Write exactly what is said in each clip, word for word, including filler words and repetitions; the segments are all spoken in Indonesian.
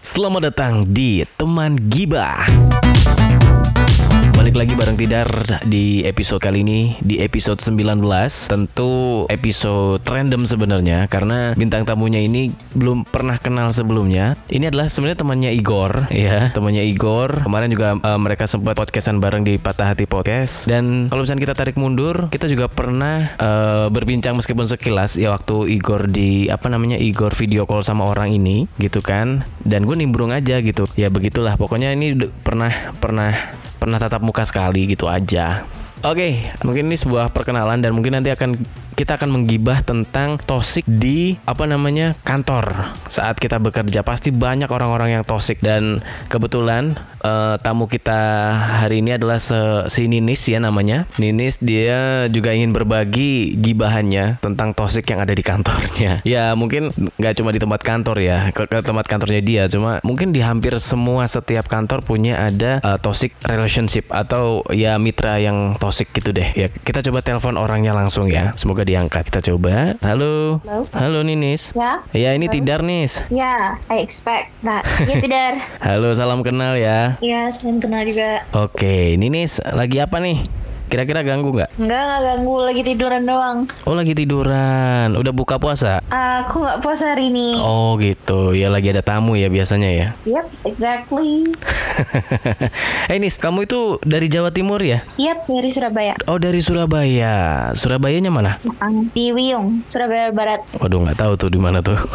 Selamat datang di Teman Gibah. Balik lagi bareng Tidar di episode kali ini, di episode sembilan belas. Tentu episode random sebenarnya, karena bintang tamunya ini belum pernah kenal sebelumnya. Ini adalah sebenarnya temannya Igor, ya, temannya Igor. Kemarin juga uh, mereka sempat podcastan bareng di Patah Hati Podcast. Dan kalau misalnya kita tarik mundur, kita juga pernah uh, berbincang meskipun sekilas ya waktu Igor di apa namanya Igor video call sama orang ini, gitu kan. Dan gue nimbrung aja gitu. Ya begitulah. Pokoknya ini pernah pernah pernah tatap muka sekali gitu aja. Oke, mungkin ini sebuah perkenalan dan mungkin nanti akan kita akan menggibah tentang toksik di apa namanya kantor saat kita bekerja. Pasti banyak orang-orang yang toksik dan kebetulan uh, tamu kita hari ini adalah se- si Ninis ya namanya. Ninis dia juga ingin berbagi gibahannya tentang toksik yang ada di kantornya. Ya mungkin nggak cuma di tempat kantor ya, ke, ke tempat kantornya dia, cuma mungkin di hampir semua setiap kantor punya ada uh, toxic relationship atau ya mitra yang toksik gitu deh. Ya kita coba telepon orangnya langsung ya. Semoga diangkat. Kita coba. Halo. Halo. Halo Ninis. Ya. Ya ini Halo. Tidar Nis. Ya, I expect that. Ya Tidar. Halo, salam kenal ya. Ya, salam kenal juga. Oke, Ninis lagi apa nih? Kira-kira ganggu nggak? Enggak, enggak ganggu, lagi tiduran doang. Oh lagi tiduran. Udah buka puasa? Aku nggak puasa hari ini. Oh gitu. Ya lagi ada tamu ya biasanya ya. Yep, exactly. Eh Nis, kamu itu dari Jawa Timur ya? Yep, dari Surabaya. Oh dari Surabaya. Surabayanya mana? Di Wiyung, Surabaya Barat. Waduh nggak tahu tuh di mana tuh.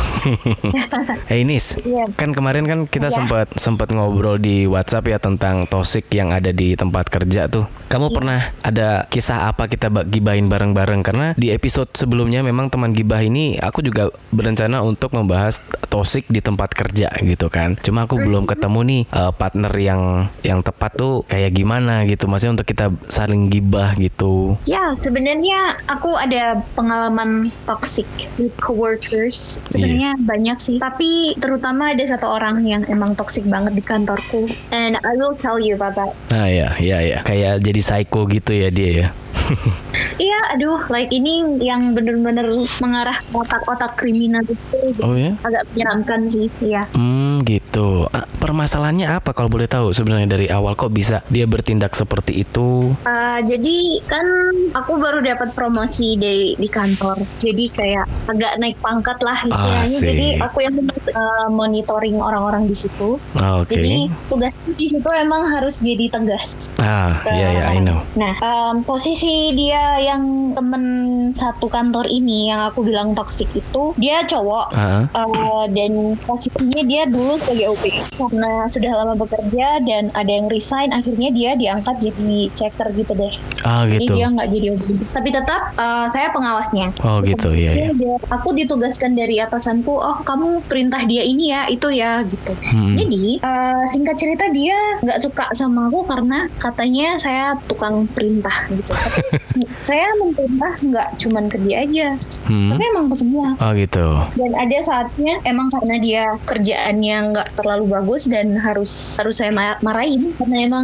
Hey Nis, Iya. kan kemarin kan kita Iya. sempat sempat ngobrol di WhatsApp ya tentang toksik yang ada di tempat kerja tuh. Kamu Iya. pernah ada kisah apa kita ba- gibahin bareng-bareng? Karena di episode sebelumnya memang teman gibah ini aku juga berencana untuk membahas toksik di tempat kerja gitu kan. Cuma aku belum ketemu nih uh, partner yang yang tepat tuh kayak gimana gitu. Maksudnya untuk kita saling gibah gitu. Ya, sebenarnya aku ada pengalaman toxic with coworkers. Sebenarnya banyak sih, tapi terutama ada satu orang yang emang toxic banget di kantorku. And I will tell you about that. Nah ya, ya ya. Kayak jadi psycho gitu ya dia ya. Iya, aduh, like ini yang bener-bener mengarah ke otak-otak kriminal itu. Oh ya? Agak menyeramkan sih, iya. Hmm gitu. Ah, permasalahannya apa kalau boleh tahu sebenarnya dari awal kok bisa dia bertindak seperti itu? Uh, jadi kan aku baru dapat promosi di di kantor, jadi kayak agak naik pangkat lah istilahnya. Asik. Jadi aku yang uh, monitoring orang-orang di situ. Ah, Oke. Jadi tugasku di situ emang harus jadi tegas. Ah, ya ya, I know. Nah, um, posisi dia yang temen satu kantor ini yang aku bilang toksik itu, dia cowok. Ah. Uh, dan posisinya dia dulu sebagai O P karena sudah lama bekerja dan ada yang resign, akhirnya dia diangkat jadi checker gitu deh. Ah Jadi gitu. dia nggak jadi O P, tapi tetap uh, saya pengawasnya. Oh gitu ya ya. Dia- Aku ditugaskan dari atasanku, oh kamu perintah dia ini ya, itu ya gitu. Hmm. Jadi uh, singkat cerita dia nggak suka sama aku karena katanya saya tukang perintah gitu. Tapi saya memerintah nggak cuman ke dia aja, Hmm. tapi emang ke semua. Oh gitu. Dan ada saatnya emang karena dia kerjaannya nggak terlalu bagus dan harus harus saya ma- marahin karena emang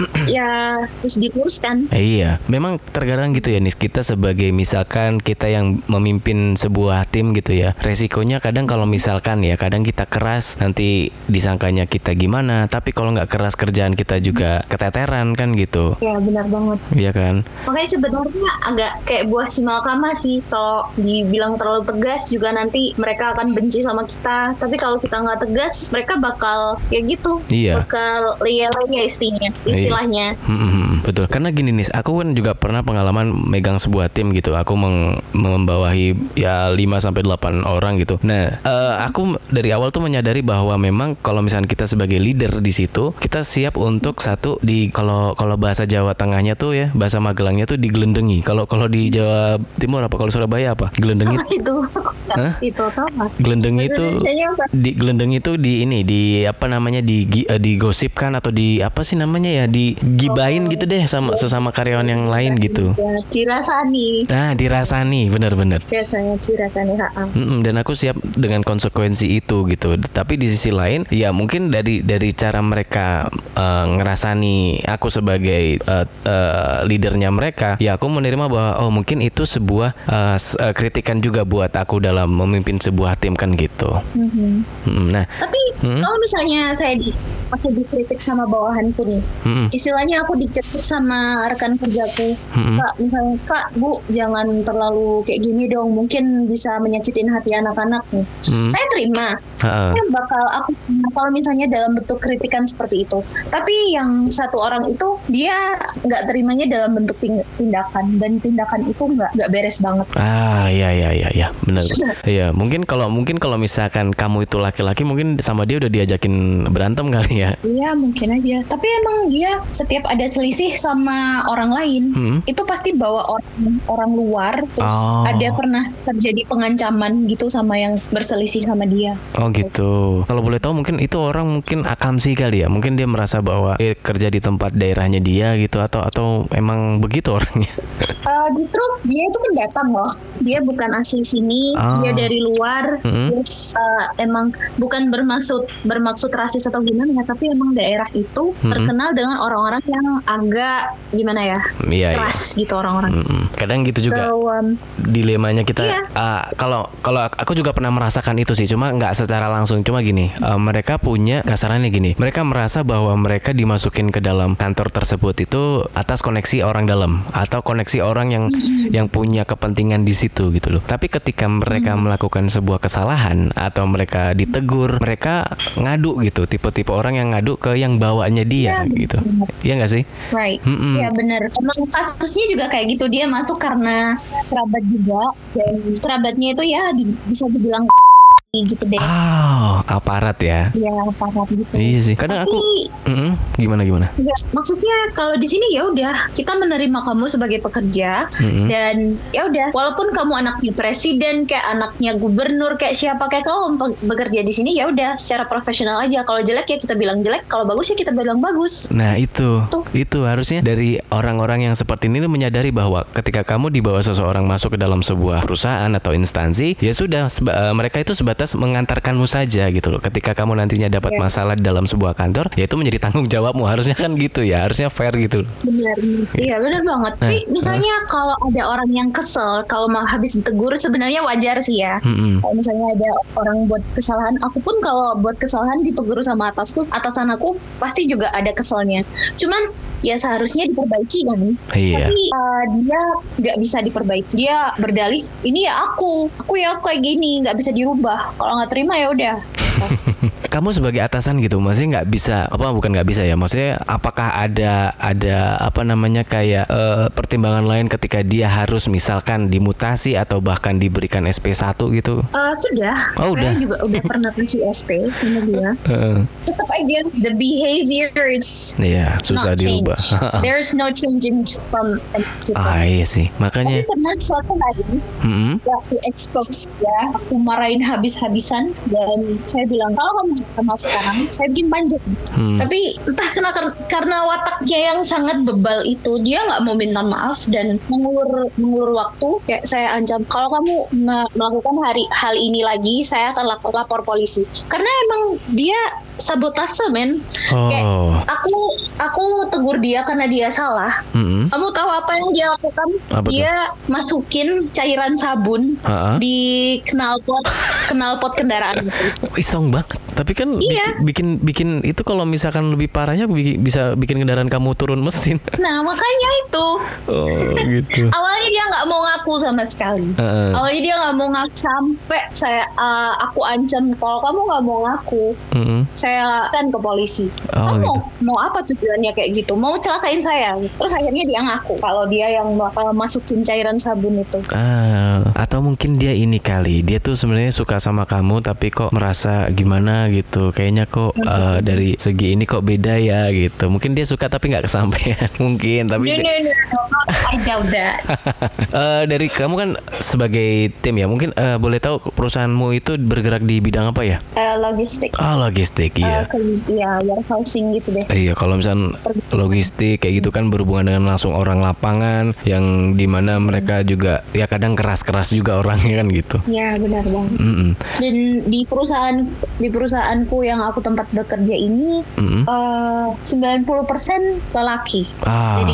ya harus diluruskan. Eh, iya, memang terkadang gitu ya Nis, kita sebagai misalkan kita yang memimpin sebuah tim gitu ya, resikonya kadang kalau misalkan ya, kadang kita keras nanti disangkanya kita gimana, tapi kalau nggak keras kerjaan kita juga keteteran kan gitu. Ya benar banget. Iya kan? Makanya sebenarnya agak kayak buah si malakama sih, kalau dibilang terlalu tegas juga nanti mereka akan benci sama kita. Tapi kalau kita nggak tegas, mereka bakal ya gitu, Iya. bakal leyeh-leyeh istilahnya. Istilahnya. Hmm, hmm, hmm, betul. Karena gini Nis, aku kan juga pernah pengalaman megang sebuah tim gitu. Aku meng- membawahi ya lima sampai delapan orang gitu. Nah, eh, aku dari awal tuh menyadari bahwa memang kalau misalnya kita sebagai leader di situ, kita siap untuk satu di kalau kalau bahasa Jawa Tengahnya tuh ya, bahasa Magelangnya tuh digelendengi. Kalau kalau di Jawa Timur apa? Kalau Surabaya apa? Gelendengi. Apa itu? Hah? Itu apa? Gelendengi Bahasa itu Indonesianya apa? di gelendeng itu di ini di apa namanya di eh, digosipkan atau di apa sih namanya ya digibain gitu deh sama sesama karyawan yang lain gitu. Ya, dirasani. Nah dirasani benar-benar. Biasanya dirasani. Ha. Mm-mm, dan aku siap dengan konsekuensi itu gitu. Tapi di sisi lain ya mungkin dari dari cara mereka uh, ngerasani aku sebagai uh, uh, leadernya mereka, ya aku menerima bahwa oh mungkin itu sebuah uh, kritikan juga buat aku dalam dalam memimpin sebuah tim kan gitu. Mm-hmm. Hmm, nah, tapi hmm? kalau misalnya saya di aku dikritik sama bawahanku nih, hmm. istilahnya aku dikritik sama rekan kerjaku, hmm. Kak, misalnya Kak, Bu, jangan terlalu kayak gini dong, mungkin bisa menyakitin hati anak-anak nih. Hmm. Saya terima, uh-uh. saya bakal aku kalau misalnya dalam bentuk kritikan seperti itu. Tapi yang satu orang itu dia nggak terimanya dalam bentuk tindakan, dan tindakan itu nggak nggak beres banget. Ah, iya iya iya ya, benar. Iya, mungkin kalau mungkin kalau misalkan kamu itu laki-laki, mungkin sama dia udah diajakin berantem kali ya. Iya mungkin aja. Tapi emang dia setiap ada selisih sama orang lain, hmm? itu pasti bawa orang orang luar. Terus oh. ada pernah terjadi pengancaman gitu sama yang berselisih sama dia. Oh gitu. Kalau boleh tahu mungkin itu orang mungkin akamsi kali ya. Mungkin dia merasa bahwa dia kerja di tempat daerahnya dia gitu, atau atau emang begitu orangnya. uh, justru dia itu pendatang loh. Dia bukan asli sini, oh. dia dari luar. Hmm? Terus uh, emang bukan bermaksud bermaksud rasis atau gimana ya, tapi emang daerah itu mm-hmm. terkenal dengan orang-orang yang agak gimana ya, yeah, keras yeah. gitu orang-orang. Mm-hmm. Kadang gitu juga. So, um, dilemanya kita. Yeah. Uh, kalau kalau aku juga pernah merasakan itu sih, cuma nggak secara langsung. Cuma gini, uh, mereka punya kasarannya gini. Mereka merasa bahwa mereka dimasukin ke dalam kantor tersebut itu atas koneksi orang dalam atau koneksi orang yang mm-hmm. yang punya kepentingan di situ gitu loh. Tapi ketika mereka mm-hmm. melakukan sebuah kesalahan atau mereka ditegur, mereka ngadu gitu. Tipe-tipe orang yang ngadu ke yang bawaannya dia, ya, gitu. Iya nggak sih? Right. Iya benar. Emang kasusnya juga kayak gitu, dia masuk karena kerabat juga, dan kerabatnya itu ya di, bisa dibilang gitu deh. Oh, aparat ya? Iya, aparat gitu. Iya sih. Kadang Tapi, aku, mm, gimana gimana? Ya, maksudnya kalau di sini ya udah kita menerima kamu sebagai pekerja, mm-hmm. dan ya udah, walaupun kamu anaknya presiden, kayak anaknya gubernur, kayak siapa kayak kamu bekerja di sini, ya udah secara profesional aja. Kalau jelek ya kita bilang jelek, kalau bagus ya kita bilang bagus. Nah itu, Tuh. itu harusnya dari orang-orang yang seperti ini tuh menyadari bahwa ketika kamu dibawa seseorang masuk ke dalam sebuah perusahaan atau instansi, ya sudah seba- uh, mereka itu sebatas mengantarkanmu saja gitu loh. Ketika kamu nantinya dapat yeah. masalah dalam sebuah kantor, ya itu menjadi tanggung jawabmu. Harusnya kan gitu ya, harusnya fair gitu. Benar, iya benar banget. Nah, Tapi misalnya uh, kalau ada orang yang kesel, kalau mau habis ditegur sebenarnya wajar sih ya. Mm-hmm. Kalau misalnya ada orang buat kesalahan, aku pun kalau buat kesalahan ditegur sama atasku, atasan aku pasti juga ada keselnya. Cuman ya seharusnya diperbaiki kan. Iya. Tapi uh, dia nggak bisa diperbaiki. Dia berdalih, ini ya aku, aku ya aku kayak gini, nggak bisa dirubah. Kalau nggak terima ya udah. Kamu sebagai atasan gitu, maksudnya nggak bisa apa bukan nggak bisa ya, maksudnya apakah ada ada apa namanya kayak uh, pertimbangan lain ketika dia harus misalkan dimutasi atau bahkan diberikan S P satu gitu? Uh, sudah. Oh, saya udah. juga udah pernah kasih S P sama dia. Uh. Tetap aja the behavior is yeah, susah dirubah. There's no changing from people. Ah iya sih, makanya. Tapi pernah suatu hari mm-hmm. aku expose ya, aku marahin habis-habisan dan saya bilang kalau kamu minta maaf sekarang, saya bikin panjang. Hmm. Tapi entah kenapa karena wataknya yang sangat bebal itu, dia nggak mau minta maaf dan mengulur mengulur waktu. Kayak saya ancam kalau kamu melakukan hari hal ini lagi, saya akan lapor, lapor polisi. Karena emang dia sabotase men. Oh. Kayak aku aku tegur dia karena dia salah. Mm-hmm. Kamu tahu apa yang dia lakukan? Apa dia tuh? Masukin cairan sabun uh-huh. di knalpot knalpot kendaraan. Iseng banget. Tapi kan iya. bikin, bikin bikin itu kalau misalkan lebih parahnya bikin, bisa bikin kendaraan kamu turun mesin. Nah makanya itu. Oh gitu. Awalnya dia nggak mau ngaku sama sekali. Uh-uh. Awalnya dia nggak mau ngaku sampai saya uh, aku ancam kalau kamu nggak mau ngaku, uh-huh. saya kan ke polisi. Oh, kamu gitu. Mau apa tujuannya kayak gitu? Mau celakain saya? Terus akhirnya dia ngaku kalau dia yang uh, masukin cairan sabun itu. Ah, atau mungkin dia ini kali, dia tuh sebenarnya suka sama kamu tapi kok merasa gimana gitu. Kayaknya kok uh, dari segi ini kok beda ya gitu. Mungkin dia suka tapi nggak kesampaian mungkin. Tapi no, no, no, no. I doubt that. uh, dari kamu kan sebagai tim ya, mungkin uh, boleh tahu perusahaanmu itu bergerak di bidang apa ya? Uh, logistik. Ah, logistik, iya. Uh, iya, warehousing gitu deh. Iya, kalau misalnya logistik kayak gitu kan berhubungan dengan langsung orang lapangan yang dimana hmm. mereka juga ya kadang keras-keras juga orangnya kan gitu. Iya, benar banget. Mm-hmm. Dan di perusahaan di perusahaanku yang aku tempat bekerja ini mm-hmm. uh, sembilan puluh persen lelaki. Ah. Jadi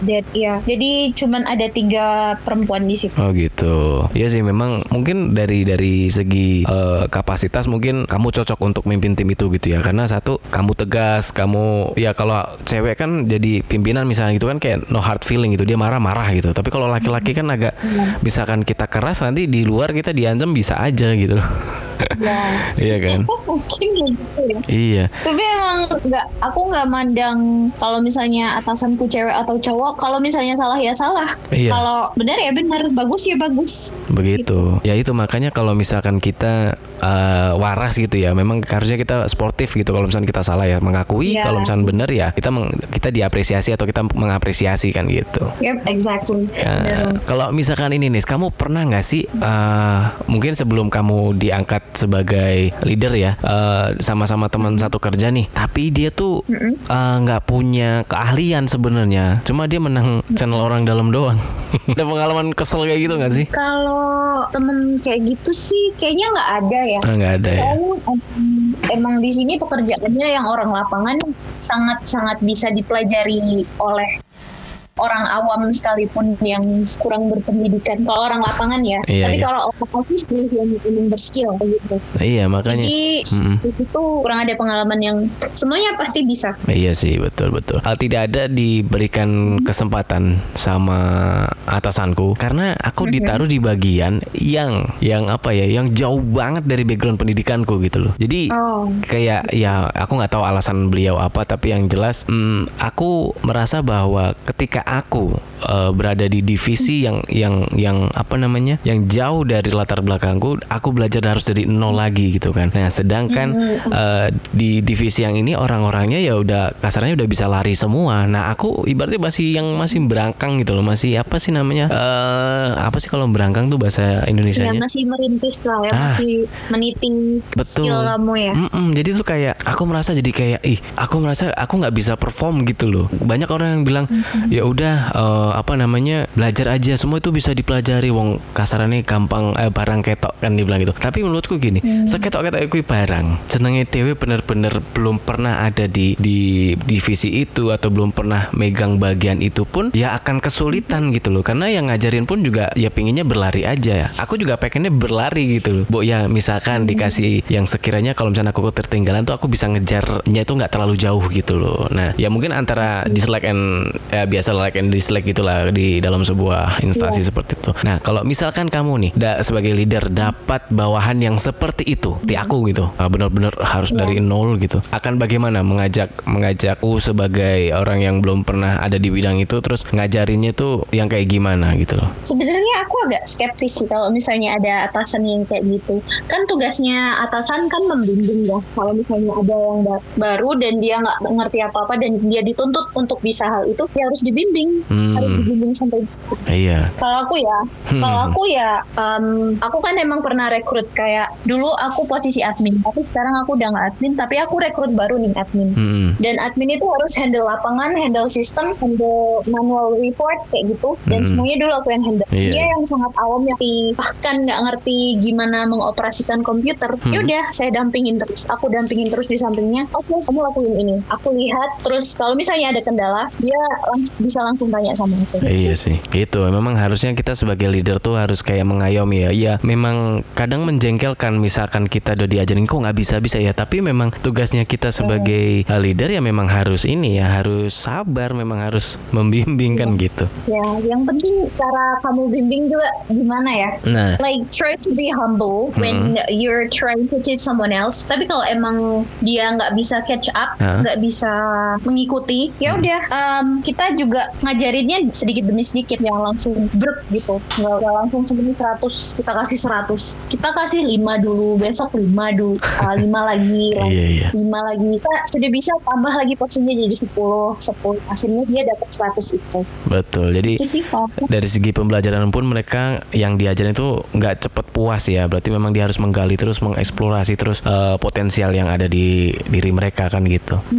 that. Ya, jadi cuman ada tiga perempuan di situ. Oh gitu. Iya sih, memang mungkin dari dari segi uh, kapasitas mungkin kamu cocok untuk mimpin tim itu gitu ya. Karena satu, kamu tegas, kamu ya kalau cewek kan jadi pimpinan misalnya gitu kan kayak no hard feeling gitu, dia marah-marah gitu. Tapi kalau laki-laki kan agak hmm. misalkan kita keras nanti di luar kita diancam bisa aja gitu loh. Ya. Iya kan? Mungkin gitu ya. Iya. Tapi emang nggak, aku nggak mandang kalau misalnya atasanku cewek atau cowok. Kalau misalnya salah ya salah. Iya. Kalau benar ya benar, bagus ya bagus. Begitu. Gitu. Ya itu makanya kalau misalkan kita uh, waras gitu ya, memang harusnya kita sportif gitu. Kalau misalnya kita salah ya mengakui. Yeah. Kalau misalnya benar ya kita meng, kita diapresiasi atau kita mengapresiasi kan gitu. Yep, exactly. Ya, kalau misalkan ini nih, kamu pernah nggak sih uh, mungkin sebelum kamu diangkat sebagai leader ya, uh, sama-sama teman satu kerja nih, tapi dia tuh nggak uh, punya keahlian sebenarnya, cuma dia menang channel orang dalam doang. Ada pengalaman kesel kayak gitu nggak sih? Kalau temen kayak gitu sih kayaknya nggak ada ya. Ah, nggak ada ya. Emang, emang di sini pekerjaannya yang orang lapangan sangat-sangat bisa dipelajari oleh orang awam sekalipun yang kurang berpendidikan. Kalau orang lapangan ya, iya, tapi iya. Kalau orang office yang ingin berskill gitu. Iya makanya. Jadi mm-hmm. itu kurang ada pengalaman yang semuanya pasti bisa. Iya sih, betul betul. Hal tidak ada diberikan mm-hmm. kesempatan sama atasanku karena aku mm-hmm. ditaruh di bagian yang yang apa ya, yang jauh banget dari background pendidikanku gitu loh. Jadi oh. kayak ya aku nggak tahu alasan beliau apa, tapi yang jelas mm, aku merasa bahwa ketika aku uh, berada di divisi yang yang yang apa namanya, yang jauh dari latar belakangku, aku belajar harus dari nol lagi gitu kan. Nah sedangkan uh, di divisi yang ini orang-orangnya ya udah kasarnya udah bisa lari semua. Nah aku ibaratnya masih yang masih berangkang gitu loh, masih apa sih namanya, uh, apa sih kalau berangkang tuh bahasa Indonesianya? Ya masih merintis lah ya, ah, masih meniting betul. Skill kamu ya. Mm-mm, jadi tuh kayak aku merasa jadi kayak ih aku merasa aku nggak bisa perform gitu loh. Banyak orang yang bilang mm-hmm. ya udah uh, apa namanya belajar aja, semua itu bisa dipelajari, wong kasarannya gampang eh, barang ketok kan dibilang gitu. Tapi menurutku gini, hmm. seketok-ketok kuwi barang jenenge dhewe bener-bener belum pernah ada di di divisi itu atau belum pernah megang bagian itu pun ya akan kesulitan gitu loh, karena yang ngajarin pun juga ya pinginnya berlari aja. Aku juga pengennya berlari gitu loh. Bo ya misalkan dikasih yang sekiranya kalau misalnya aku ketertinggalan tuh aku bisa ngejarnya itu nggak terlalu jauh gitu loh. Nah ya mungkin antara dislike and ya biasa like and dislike gitulah di dalam sebuah instansi yeah. seperti itu. Nah kalau misalkan kamu nih da, sebagai leader dapat bawahan yang seperti itu di aku gitu, benar-benar harus yeah. dari nol gitu, akan bagaimana mengajak mengajakku sebagai orang yang belum pernah ada di bidang itu, terus ngajarinnya tuh yang kayak gimana gitu loh. Sebenarnya aku agak skeptis sih kalau misalnya ada atasan yang kayak gitu. Kan tugasnya atasan kan membimbing ya. Kalau misalnya ada yang baru dan dia nggak ngerti apa-apa dan dia dituntut untuk bisa hal itu, dia harus dibimbing. Hmm. Harus dibimbing sampai bisa. Iya. Kalau aku ya, hmm. kalau aku ya, um, aku kan emang pernah rekrut, kayak dulu aku posisi admin, tapi sekarang aku udah nggak admin, tapi aku rekrut baru nih admin. Hmm. Dan admin itu harus handle lapangan, handle sistem, handle manual report kayak gitu. Dan hmm. semuanya dulu aku yang handle. Iya. Dia yang sangat awam, yang bahkan nggak ngerti gimana mengoperasikan komputer. Hmm. Yaudah, saya dampingin terus. Aku dampingin terus di sampingnya. Oke, okay, kamu lakuin ini. Aku lihat terus kalau misalnya ada kendala, dia langsung, bisa langsung tanya sama aku. Iya sih, gitu. Memang harusnya kita sebagai leader tuh harus kayak mengayomi ya. Iya, memang kadang menjengkelkan misalkan kita udah diajarin kok nggak bisa-bisa ya. Tapi memang tugasnya kita sebagai yeah. leader ya memang harus ini ya, harus sabar, memang harus membimbing yeah. kan gitu. Ya, yang penting cara kamu bimbing juga gimana ya. Nah, like try to be humble hmm. when you're trying to teach someone else. Tapi kalau emang dia nggak bisa catch up, nggak huh? bisa mengikuti, ya udah hmm. um, kita juga ngajarinnya sedikit demi sedikit, yang langsung brek gitu, nggak langsung sebenarnya seratus kita kasih seratus, kita kasih lima dulu, besok lima dulu, uh, lima lagi, lima lagi, kita sudah bisa tambah lagi porsinya jadi sepuluh, sepuluh, akhirnya dia dapat seratus itu. Betul, jadi sih, dari segi pembelajaran pun mereka yang diajarin itu nggak cepet puas ya, berarti memang dia harus menggali terus, mengeksplorasi terus uh, potensial yang ada di diri mereka kan gitu. Mm-hmm.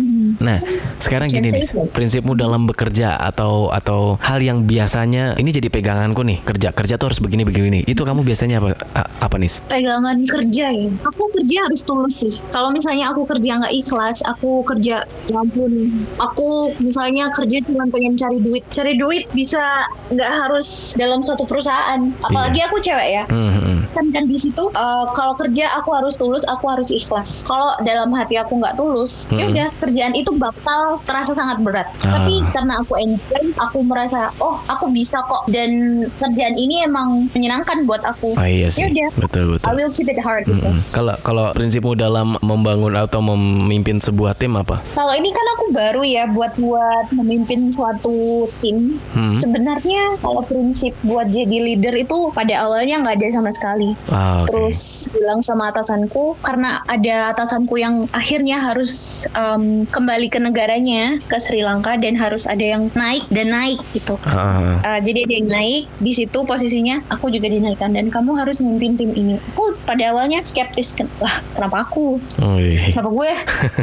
Nah, sekarang gini nih, prinsipmu dalam bekerja atau atau hal yang biasanya ini jadi peganganku nih, kerja kerja tuh harus begini begini. Itu kamu biasanya apa A- apa nih? Pegangan kerja ya. Aku kerja harus tulus sih. Kalau misalnya aku kerja nggak ikhlas, aku kerja ya ampun. Aku misalnya kerja cuma pengen cari duit, cari duit bisa nggak harus dalam suatu perusahaan. Apalagi Iya. aku cewek ya. Hmm. Kan kan di situ uh, kalau kerja aku harus tulus, aku harus ikhlas. Kalau dalam hati aku nggak tulus, Hmm. ya udah kerjaan itu bakal terasa sangat berat. Ah. Tapi karena aku enjoy, aku merasa oh aku bisa kok dan kerjaan ini emang menyenangkan buat aku. Ah, iya sih. Ya udah. Betul betul. I will keep it hard gitu. Mm-mm. Kalau kalau prinsipmu dalam membangun atau memimpin sebuah tim apa? Kalau ini kan aku baru ya buat buat memimpin suatu tim. Hmm. Sebenarnya kalau prinsip buat jadi leader itu pada awalnya nggak ada sama sekali. Ah, oke. Terus bilang sama atasanku karena ada atasanku yang akhirnya harus um, kembali ke negaranya ke Sri Lanka dan harus ada yang naik dan naik gitu. Ah, ah, ah. Uh, jadi ada yang naik di situ posisinya aku juga dinaikkan dan kamu harus memimpin tim ini. Aku pada awalnya skeptis kan, wah kenapa aku? Oh, iya. Kenapa gue?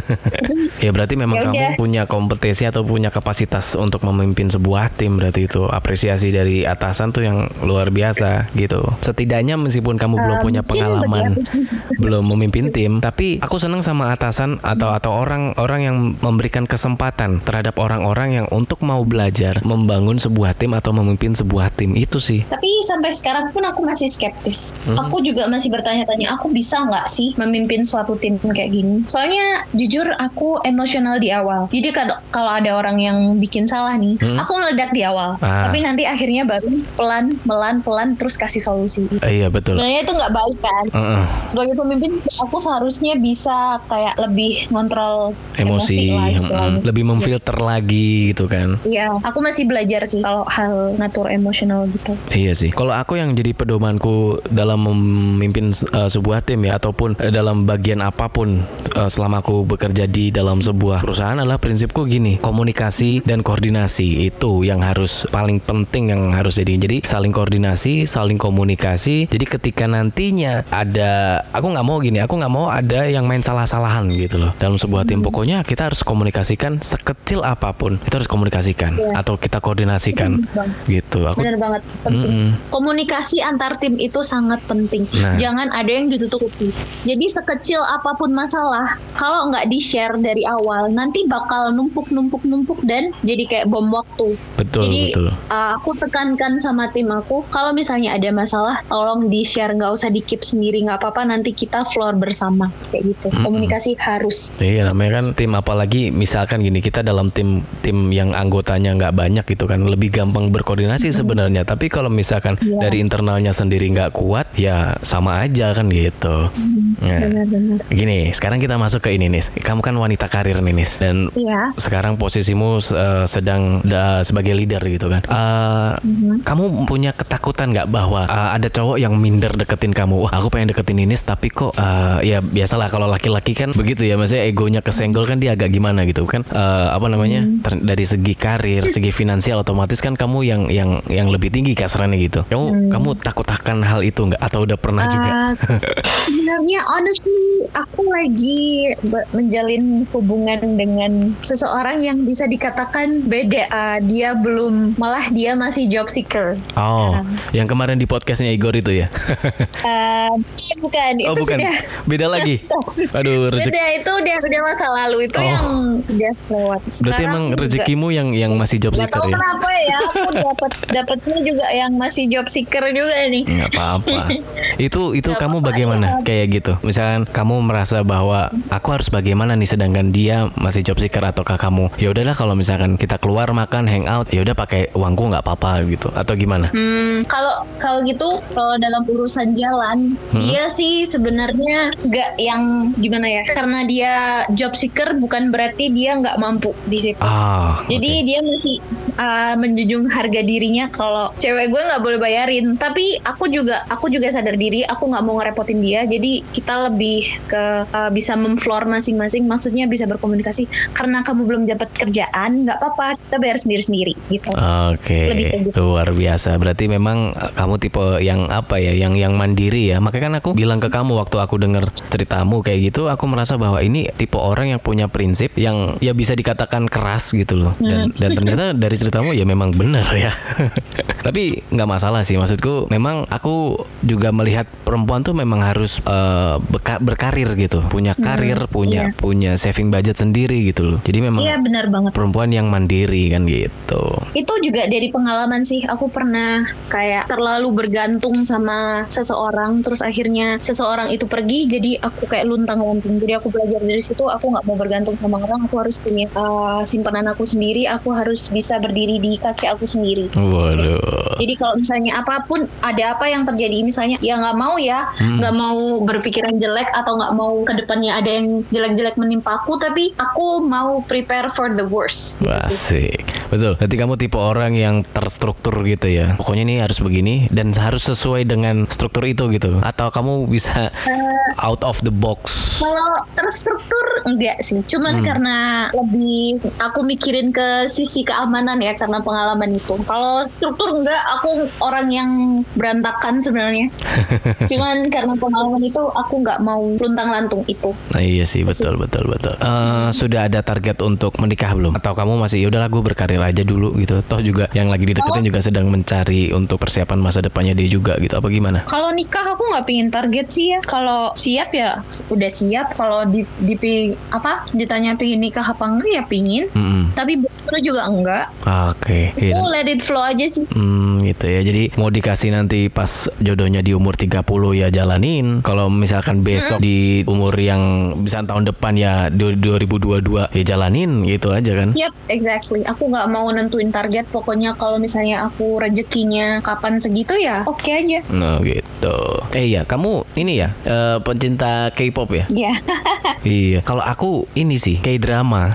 Ya berarti memang Ya kamu udah. punya kompetensi atau punya kapasitas untuk memimpin sebuah tim, berarti itu apresiasi dari atasan tuh yang luar biasa gitu. Setidaknya meskipun kamu belum Uh, punya mungkin pengalaman, bagi aku- belum memimpin tim, tapi aku senang sama atasan atau atau orang-orang yang memberikan kesempatan terhadap orang-orang yang untuk mau belajar membangun sebuah tim atau memimpin sebuah tim itu sih. Tapi sampai sekarang pun aku masih skeptis. Hmm. Aku juga masih bertanya-tanya, aku bisa nggak sih memimpin suatu tim kayak gini? Soalnya jujur aku emosional di awal. Jadi kalau kalau ada orang yang bikin salah nih, Hmm. aku meledak di awal. Ah. Tapi nanti akhirnya baru pelan, melan, pelan terus kasih solusi. Eh, iya betul. Sebenarnya itu nggak baik kan? Uh-uh. Sebagai pemimpin aku seharusnya bisa kayak lebih ngontrol Emosi, lah mm-mm. istilahnya. lebih memfilter lagi gitu kan. Iya, aku masih belajar sih kalau hal ngatur emosional gitu. Iya sih. Kalau aku yang jadi pedomanku dalam memimpin uh, sebuah tim ya ataupun uh, dalam bagian apapun uh, selama aku bekerja di dalam sebuah perusahaan adalah prinsipku gini, komunikasi dan koordinasi itu yang harus paling penting yang harus jadi. Jadi saling koordinasi, saling komunikasi. Jadi ketika nantinya ada, aku nggak mau gini, aku nggak mau ada yang main salah-salahan gitu loh dalam sebuah tim. Pokoknya kita harus komunikasikan sekecil apapun, itu harus komunikasikan Iya. atau kita koordinasikan Bang. gitu. Aku Bener banget penting. Mm-mm. Komunikasi antar tim itu sangat penting. Nah. Jangan ada yang ditutupi. Jadi sekecil apapun masalah, kalau nggak di-share dari awal, nanti bakal numpuk-numpuk-numpuk dan jadi kayak bom waktu. Betul, Jadi betul. uh, aku tekankan sama tim aku, kalau misalnya ada masalah, tolong di-share, nggak usah di-keep sendiri, nggak apa-apa. Nanti kita floor bersama kayak gitu. Mm-mm. Komunikasi harus. Iya, namanya kan tim, apalagi misalkan gini, kita dalam tim tim yang anggotanya nggak banyak gitu kan, lebih gampang berkoordinasi sebenarnya. Tapi kalau misalkan Iya. dari internalnya sendiri nggak kuat, ya sama aja kan gitu. Nah, Benar-benar. gini, sekarang kita masuk ke ini Nis. Kamu kan wanita karir nih Nis, dan Iya. sekarang posisimu uh, sedang da, sebagai leader gitu kan. Uh, Mhm. Kamu punya ketakutan nggak bahwa uh, ada cowok yang minder deketin kamu? Wah, aku pengen deketin Ines, tapi kok uh, ya biasalah kalau laki-laki kan begitu ya, maksudnya egonya kesenggol kan, dia agak gimana gitu kan? Uh, apa namanya? Ter- dari segi karir, segi finansial, otomatis kan kamu yang yang yang lebih tinggi kasarannya gitu. Kamu Hmm. kamu takut akan hal itu nggak? Atau udah pernah juga? Uh, sebenarnya honestly aku lagi be- menjalin hubungan dengan seseorang yang bisa dikatakan beda. Uh, dia belum, malah dia masih job seeker. Oh, sekarang. yang kemarin di podcastnya Igor itu ya? Uh, bukan, Oh itu bukan, sudah beda lagi. Aduh, rezeki. beda, itu udah udah masa lalu, itu Oh. yang udah lewat. Berarti Sekarang emang juga rezekimu yang yang masih job nggak seeker tahu ya? kenapa ya, aku dapat dapatnya juga yang masih job seeker juga nih. Nggak apa-apa. Itu itu Nggak kamu apa-apa, bagaimana ya. kayak gitu? Misalkan kamu merasa bahwa aku harus bagaimana nih, sedangkan dia masih job seeker, ataukah kamu ya udahlah kalau misalkan kita keluar makan hangout ya udah pakai uangku nggak apa-apa gitu, atau gimana? Hmm, kalau kalau gitu, kalau dalam urusan jalan, Hmm? dia sih sebenarnya nggak yang gimana ya? Karena dia job seeker bukan berarti dia nggak mampu di situ. Ah, Jadi oke. dia masih uh, menjunjung harga dirinya kalau cewek gue nggak boleh bayarin. Tapi aku juga aku juga sadar diri, aku nggak mau ngerepotin dia. Jadi kita kita lebih ke uh, bisa memfloor masing-masing, maksudnya bisa berkomunikasi. Karena kamu belum dapat kerjaan, nggak apa-apa, kita bayar sendiri-sendiri gitu. Oke, okay. Luar biasa. Berarti memang kamu tipe yang apa ya, yang yang mandiri ya. Makanya kan aku bilang ke kamu waktu aku dengar ceritamu kayak gitu, aku merasa bahwa ini tipe orang yang punya prinsip yang ya bisa dikatakan keras gitu loh. Dan hmm. dan ternyata dari ceritamu ya memang benar ya. Tapi nggak masalah sih, maksudku memang aku juga melihat perempuan tuh memang harus uh, beka- berkarir gitu, punya karir, hmm, punya iya. punya saving budget sendiri gitu loh. Jadi memang iya, benar banget. Perempuan yang mandiri kan gitu. Itu juga dari pengalaman sih. Aku pernah kayak terlalu bergantung sama seseorang, terus akhirnya seseorang itu pergi, jadi aku kayak luntang-lantung. Jadi aku belajar dari situ, aku nggak mau bergantung sama orang. Aku harus punya uh, simpanan aku sendiri. Aku harus bisa berdiri di kaki aku sendiri. Waduh. Jadi kalau misalnya apapun, ada apa yang terjadi, misalnya ya nggak mau ya, nggak hmm. mau berpikiran jelek atau nggak mau kedepannya ada yang jelek-jelek menimpa aku, tapi aku mau prepare for the worst. Gitu. Asik. Betul. Berarti kamu tipe orang yang terstruktur gitu ya. Pokoknya ini harus begini dan harus sesuai dengan struktur itu gitu. Atau kamu bisa uh, out of the box. Kalau terstruktur enggak sih. Cuman hmm. karena lebih aku mikirin ke sisi keamanan ya, karena pengalaman itu. Kalau struktur enggak, aku orang yang berantakan sebenarnya. Cuman karena pengalaman itu aku enggak mau luntang-lantung itu. Nah iya sih, betul betul betul. Uh, sudah ada target untuk menikah belum? Atau kamu masih yaudahlah gue berkarir aja dulu gitu? Toh juga yang lagi dideketin oh. juga sedang mencari untuk persiapan masa depannya dia juga gitu, apa gimana? Kalau nikah aku nggak pingin target sih ya. Kalau siap ya udah siap. Kalau di, di apa ditanya pingin nikah apa enggak ya pingin. Mm-hmm. Tapi betul juga enggak. Oke. Okay. Itu yeah. let it flow aja sih. Hmm, gitu ya. Jadi mau dikasih nanti pas jodohnya di umur tiga puluh ya jalanin. Kalau misalkan besok mm-hmm. di umur yang bisa tahun depan ya dua ribu dua puluh dua ya jalanin gitu aja kan. Yep, exactly. Aku nggak mau nentuin target. Pokoknya kalau misalnya aku rezekinya kapan segitu ya oke okay aja. Oh gitu. Eh iya, kamu ini ya uh, pencinta K-pop ya? Iya. Yeah. Iya. Kalau aku ini sih K-drama.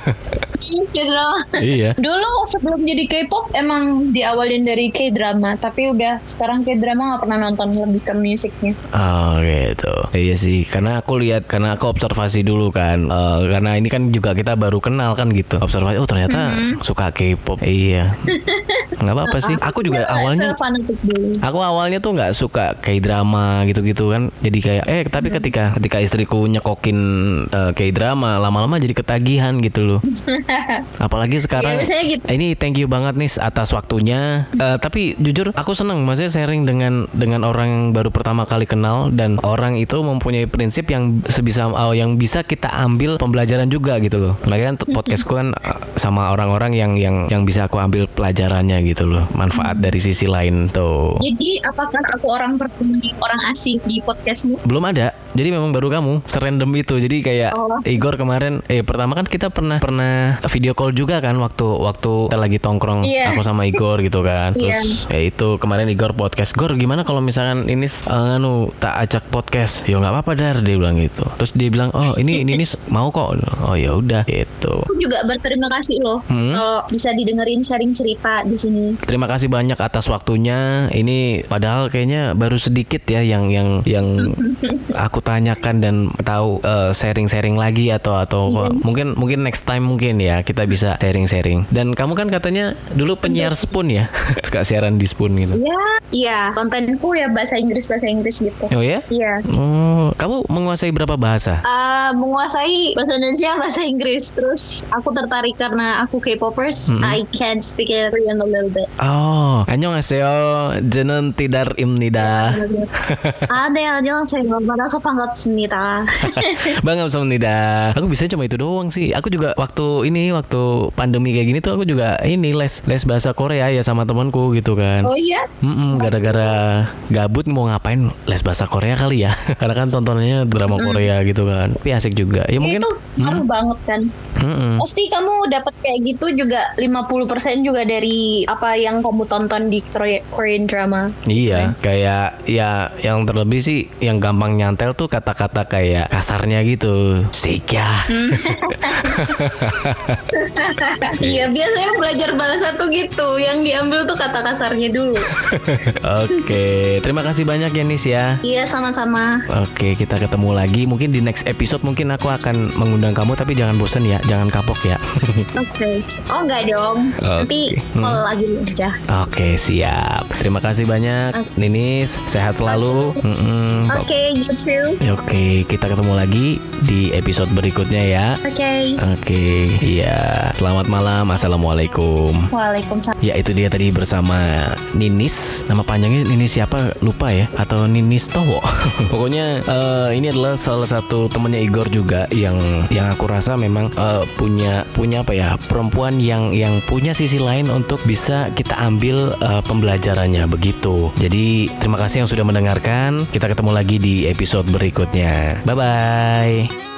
K-drama. Iya. Dulu sebelum jadi K-pop emang diawalin dari K-drama, tapi udah sekarang K-drama nggak pernah nonton, lebih ke musiknya. Oh gitu. Iya sih, karena aku lihat, karena aku observasi dulu kan, uh, karena ini kan juga kita baru kenal kan gitu. Observasi, oh ternyata mm-hmm. suka K-pop. Iya. Nggak apa-apa sih. Aku juga awalnya, aku awalnya tuh nggak suka K-drama gitu-gitu kan. Jadi kayak, eh tapi mm-hmm. ketika ketika istriku nyekokin uh, K-drama, lama-lama jadi ketagihan gitu loh. Apalagi sekarang ya, gitu. Ini thank you banget nih atas waktunya. Uh, tapi jujur aku seneng maksudnya sharing dengan dengan orang yang baru pertama kali kenal, dan orang itu mempunyai prinsip yang sebisa uh, yang bisa kita ambil pembelajaran juga gitu loh. Makanya kan podcastku kan uh, sama orang-orang yang yang yang bisa aku ambil pelajarannya gitu loh, manfaat dari sisi lain tuh. Jadi apakah aku orang pertama orang asing di podcastmu? Belum ada. Jadi memang baru kamu, serandom itu. Jadi kayak oh. Igor kemarin, eh pertama kan kita pernah pernah video call juga kan waktu waktu kita lagi tongkrong yeah. aku sama Igor gitu kan. Terus yeah. ya itu kemarin Igor podcast, Gor gimana kalau misalkan ini uh, anu tak ajak podcast? Ya nggak apa-apa Dar, dia bilang gitu. Terus dia bilang oh ini ini, ini mau kok. Oh ya udah gitu. Aku juga berterima kasih loh hmm? kalau bisa didengerin sharing cerita di sini. Terima kasih banyak atas waktunya. Ini padahal kayaknya baru sedikit ya yang yang yang aku tanyakan dan tahu uh, sharing-sharing lagi atau atau yeah. mungkin mungkin next time mungkin ya kita bisa sharing-sharing. Dan kamu kan katanya dulu penyiar Spoon ya, suka siaran di Spoon gitu. Iya, iya. Kontenku ya bahasa Inggris bahasa Inggris gitu. Oh ya? Iya. Oh, kamu menguasai berapa bahasa? Uh, menguasai bahasa Indonesia, bahasa Inggris. Terus aku tertarik karena aku K-popers. Mm-hmm. I can speak Korean a little bit. Oh, 안녕하세요. 저는 티달 입니다. 아, 네, 안녕하세요. 만나서 반갑습니다. 반갑습니다. Aku bisa cuma itu doang sih. Aku juga waktu ini waktu pandemi kayak gini tuh aku juga ini les les bahasa Korea ya sama temanku gitu kan. Oh iya? Mm-mm, gara-gara gabut mau ngapain les bahasa Korea kali ya. Karena kan tontonannya drama mm-hmm. Korea gitu kan. Tapi asik juga. Ya, ya mungkin itu ngaruh hmm? banget kan. Mm-mm. Pasti kamu dapat kayak gitu juga lima puluh persen juga dari apa yang kamu tonton di Korea, Korean drama. Iya, kan? Kayak ya yang terlebih sih yang gampang nyantel tuh tuh kata-kata kayak kasarnya gitu. Sik ya. Iya, biasanya belajar bahasa tuh gitu, yang diambil tuh kata kasarnya dulu. Oke, terima kasih banyak ya Nis ya. Iya, sama-sama. Oke, kita ketemu lagi. Mungkin di next episode mungkin aku akan mengundang kamu, tapi jangan bosen ya, jangan kapok ya. Oke. Oh enggak dong. Nanti Hmm. call lagi aja. Oke, siap. Terima kasih banyak Ninis, sehat selalu. Mm-mm. Oke, you too. Oke, kita ketemu lagi di episode berikutnya ya. Oke. Oke, iya. Selamat malam. Assalamualaikum. Waalaikumsalam. Ya, itu dia tadi bersama Ninis. Nama panjangnya Ninis siapa? Lupa ya. Atau Ninis Towo. Pokoknya eh, ini adalah salah satu temannya Igor juga yang yang aku rasa memang eh, punya punya apa ya? Perempuan yang yang punya sisi lain untuk bisa kita ambil eh, pembelajarannya begitu. Jadi terima kasih yang sudah mendengarkan. Kita ketemu lagi di episode berikutnya. Bye bye.